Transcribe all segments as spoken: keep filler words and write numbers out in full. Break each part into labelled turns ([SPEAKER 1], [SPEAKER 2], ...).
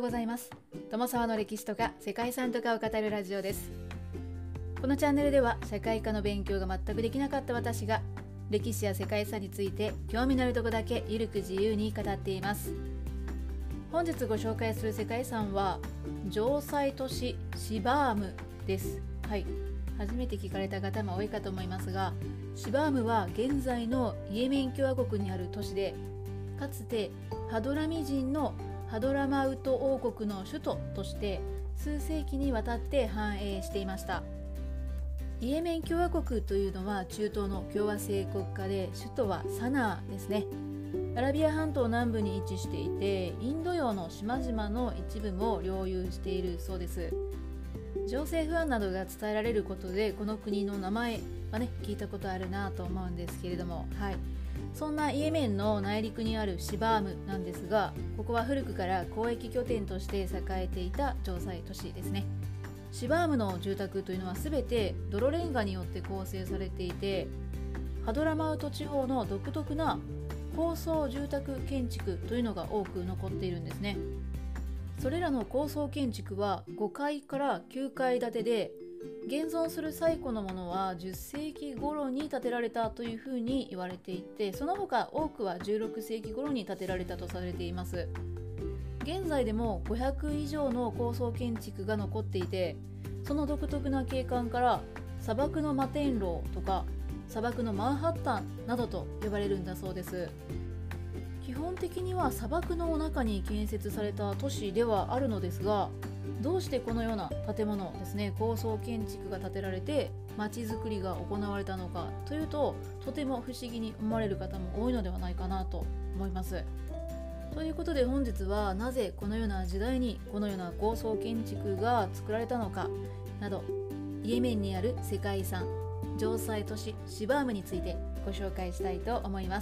[SPEAKER 1] ございます。友沢の歴史とか世界遺産とかを語るラジオです。このチャンネルでは社会科の勉強が全くできなかった私が歴史や世界遺産について興味のあるところだけゆるく自由に語っています。本日ご紹介する世界遺産は城塞都市シバームです。はい、初めて聞かれた方も多いかと思いますが、シバームは現在のイエメン共和国にある都市で、かつてハドラミ人のハドラマウト王国の首都として数世紀にわたって繁栄していました。イエメン共和国というのは中東の共和制国家で、首都はサナーですね。アラビア半島南部に位置していて、インド洋の島々の一部も領有しているそうです。情勢不安などが伝えられることで、この国の名前はね聞いたことあるなと思うんですけれども、はい、そんなイエメンの内陸にあるシバームなんですが、ここは古くから交易拠点として栄えていた城塞都市ですね。シバームの住宅というのはすべて泥レンガによって構成されていて、ハドラマウト地方の独特な高層住宅建築というのが多く残っているんですね。それらの高層建築はごかいからきゅうかい建てで、現存する最古のものはじゅっせいき頃に建てられたというふうに言われていて、その他多くはじゅうろくせいき頃に建てられたとされています。現在でもごひゃくいじょうの高層建築が残っていて、その独特な景観から砂漠の摩天楼とか砂漠のマンハッタンなどと呼ばれるんだそうです。基本的には砂漠の中に建設された都市ではあるのですが、どうしてこのような建物ですね、高層建築が建てられて街づくりが行われたのかというと、とても不思議に思われる方も多いのではないかなと思います。ということで本日は、なぜこのような時代にこのような高層建築が作られたのかなど、イエメンにある世界遺産城塞都市シバームについてご紹介したいと思います。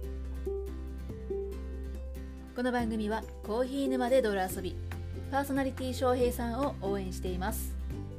[SPEAKER 1] この番組はコーヒー沼で泥遊び、パーソナリティ翔平さんを応援しています。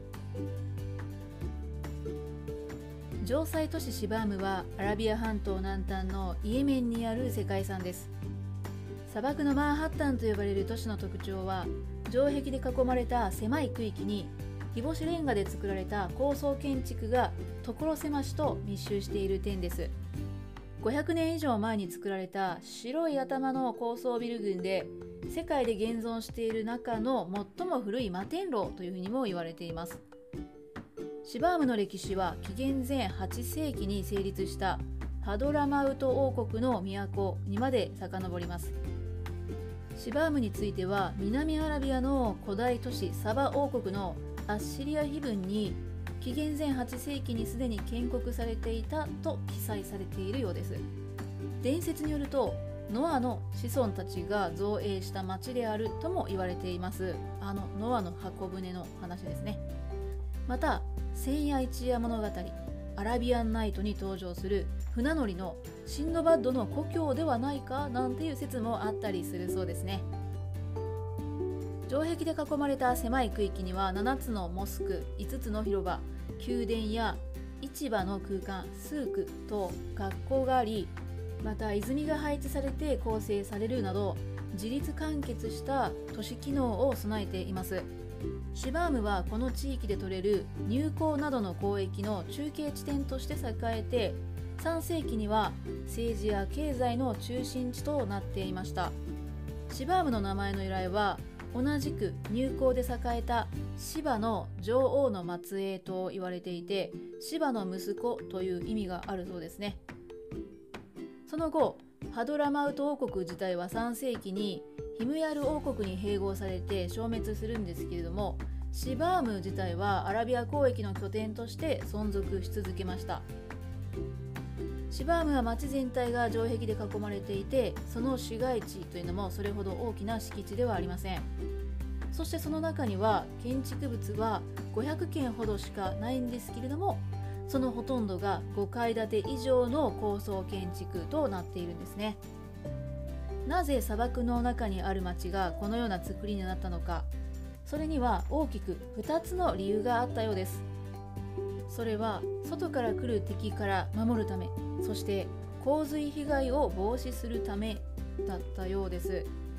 [SPEAKER 1] 城塞都市シバームはアラビア半島南端のイエメンにある世界遺産です。砂漠のマンハッタンと呼ばれる都市の特徴は、城壁で囲まれた狭い区域に日干しレンガで作られた高層建築が所狭しと密集している点です。ごひゃくねん以上前に作られた白い頭の高層ビル群で、世界で現存している中の最も古い摩天楼というふうにも言われています。シバームの歴史は紀元前はちせいきに成立したハドラマウト王国の都にまで遡ります。シバームについては、南アラビアの古代都市サバ王国のアッシリア碑文に紀元前はちせいきにすでに建国されていたと記載されているようです。伝説によると、ノアの子孫たちが造営した町であるとも言われています。あのノアの箱舟の話ですね。また、千夜一夜物語アラビアンナイトに登場する船乗りのシンドバッドの故郷ではないかなんていう説もあったりするそうですね。城壁で囲まれた狭い区域にはななつのモスク、いつつの広場、宮殿や市場の空間、スークと学校があり、また泉が配置されて構成されるなど、自立完結した都市機能を備えています。シバームはこの地域で採れる乳鉱などの交易の中継地点として栄えて、さんせいきには政治や経済の中心地となっていました。シバームの名前の由来は、同じく乳鉱で栄えたシバの女王の末裔と言われていて、シバの息子という意味があるそうですね。その後、ハドラマウト王国自体はさんせいきにヒムヤル王国に併合されて消滅するんですけれども、シバーム自体はアラビア交易の拠点として存続し続けました。シバームは町全体が城壁で囲まれていて、その市街地というのもそれほど大きな敷地ではありません。そしてその中には建築物はごひゃくけんほどしかないんですけれども、そのほとんどがごかい建て以上の高層建築となっているんですね。なぜ砂漠の中にある町がこのような作りになったのか、それには大きくふたつの理由があったようです。それは外から来る敵から守るため、そして洪水被害を防止するためだったようです。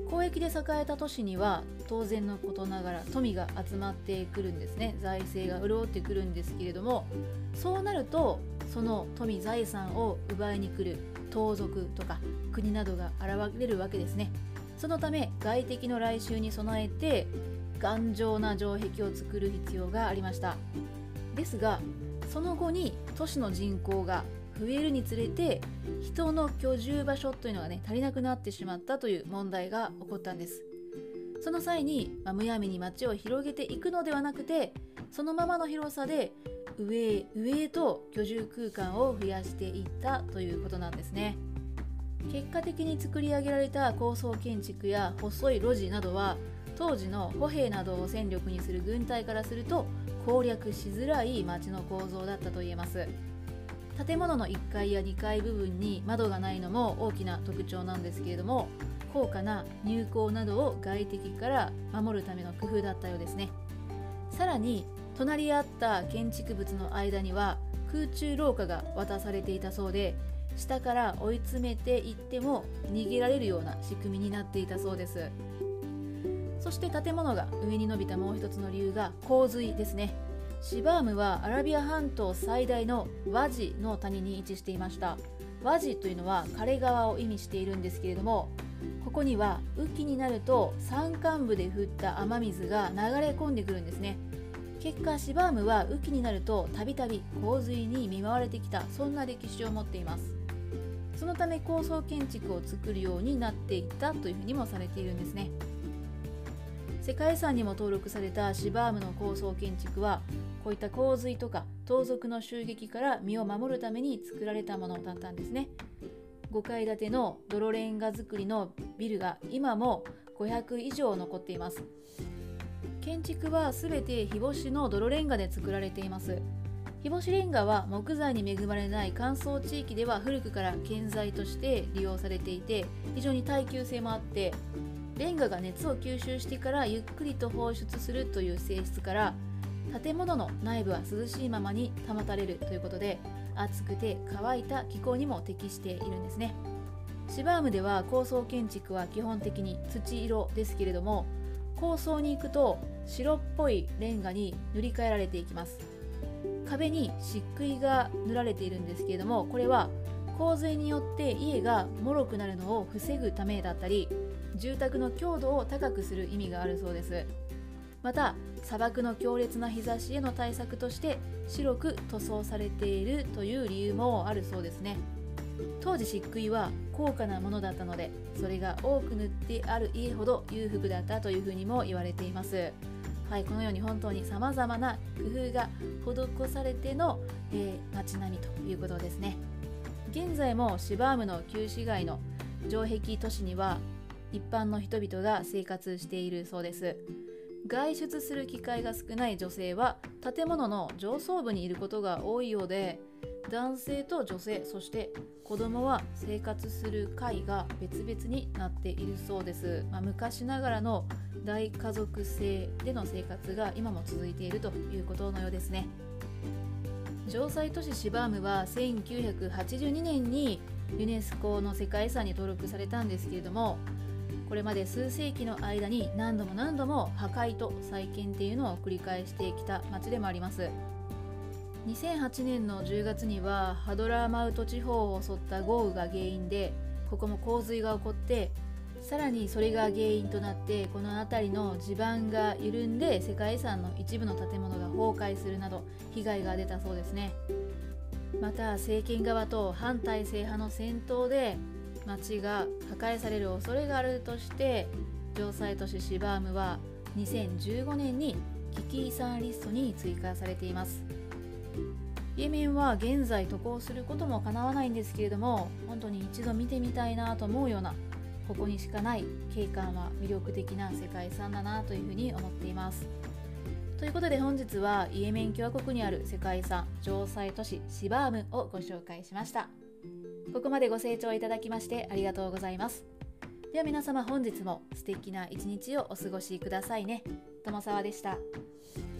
[SPEAKER 1] 交易で栄えた都市には当然のことながら富が集まってくるんですね。財政が潤ってくるんですけれども、そうなるとその富財産を奪いに来る盗賊とか国などが現れるわけですね。そのため外敵の来襲に備えて頑丈な城壁を作る必要がありました。ですがその後に都市の人口が増えるにつれて人の居住場所というのがね足りなくなってしまったという問題が起こったんです。その際に、まあ、むやみに町を広げていくのではなくて、そのままの広さで上へ上へと居住空間を増やしていったということなんですね。結果的に作り上げられた高層建築や細い路地などは当時の歩兵などを戦力にする軍隊からすると攻略しづらい町の構造だったといえます。建物のいっかいやにかい部分に窓がないのも大きな特徴なんですけれども、高価な入港などを外敵から守るための工夫だったようですね。さらに隣り合った建築物の間には空中廊下が渡されていたそうで、下から追い詰めていっても逃げられるような仕組みになっていたそうです。そして建物が上に伸びたもう一つの理由が洪水ですね。シバームはアラビア半島最大のワジの谷に位置していました。ワジというのは枯れ川を意味しているんですけれども、ここには雨季になると山間部で降った雨水が流れ込んでくるんですね。結果シバームは雨季になるとたびたび洪水に見舞われてきた、そんな歴史を持っています。そのため高層建築を作るようになっていったというふうにもされているんですね。世界遺産にも登録されたシバームの高層建築はこういった洪水とか盗賊の襲撃から身を守るために作られたものだったんですね。ごかい建ての泥レンガ造りのビルが今もごひゃく以上残っています。建築はすべて日干しの泥レンガで作られています。日干しレンガは木材に恵まれない乾燥地域では古くから建材として利用されていて、非常に耐久性もあって、レンガが熱を吸収してからゆっくりと放出するという性質から建物の内部は涼しいままに保たれるということで、暑くて乾いた気候にも適しているんですね。シバームでは高層建築は基本的に土色ですけれども、高層に行くと白っぽいレンガに塗り替えられていきます。壁に漆喰が塗られているんですけれども、これは洪水によって家が脆くなるのを防ぐためだったり、住宅の強度を高くする意味があるそうです。また砂漠の強烈な日差しへの対策として白く塗装されているという理由もあるそうですね。当時漆喰は高価なものだったので、それが多く塗ってある家ほど裕福だったというふうにも言われています。はい、このように本当にさまざまな工夫が施されての、えー、街並みということですね。現在もシバームの旧市街の城壁都市には一般の人々が生活しているそうです。外出する機会が少ない女性は建物の上層部にいることが多いようで、男性と女性、そして子供は生活する階が別々になっているそうです。まあ、昔ながらの大家族制での生活が今も続いているということのようですね。城塞都市シバームはせんきゅうひゃくはちじゅうにねんにユネスコの世界遺産に登録されたんですけれども、これまで数世紀の間に何度も何度も破壊と再建っていうのを繰り返してきた町でもあります。にせんはちねんのじゅうがつにはハドラーマウト地方を襲った豪雨が原因でここも洪水が起こって、さらにそれが原因となってこの辺りの地盤が緩んで世界遺産の一部の建物が崩壊するなど被害が出たそうですね。また政権側と反体制派の戦闘で町が破壊される恐れがあるとして、城塞都市シバームはにせんじゅうごねんに危機遺産リストに追加されています。イエメンは現在渡航することも叶わないんですけれども、本当に一度見てみたいなと思うような、ここにしかない景観は魅力的な世界遺産だなというふうに思っています。ということで本日はイエメン共和国にある世界遺産城塞都市シバームをご紹介しました。ここまでご清聴いただきましてありがとうございます。では皆様、本日も素敵な一日をお過ごしくださいね。友沢でした。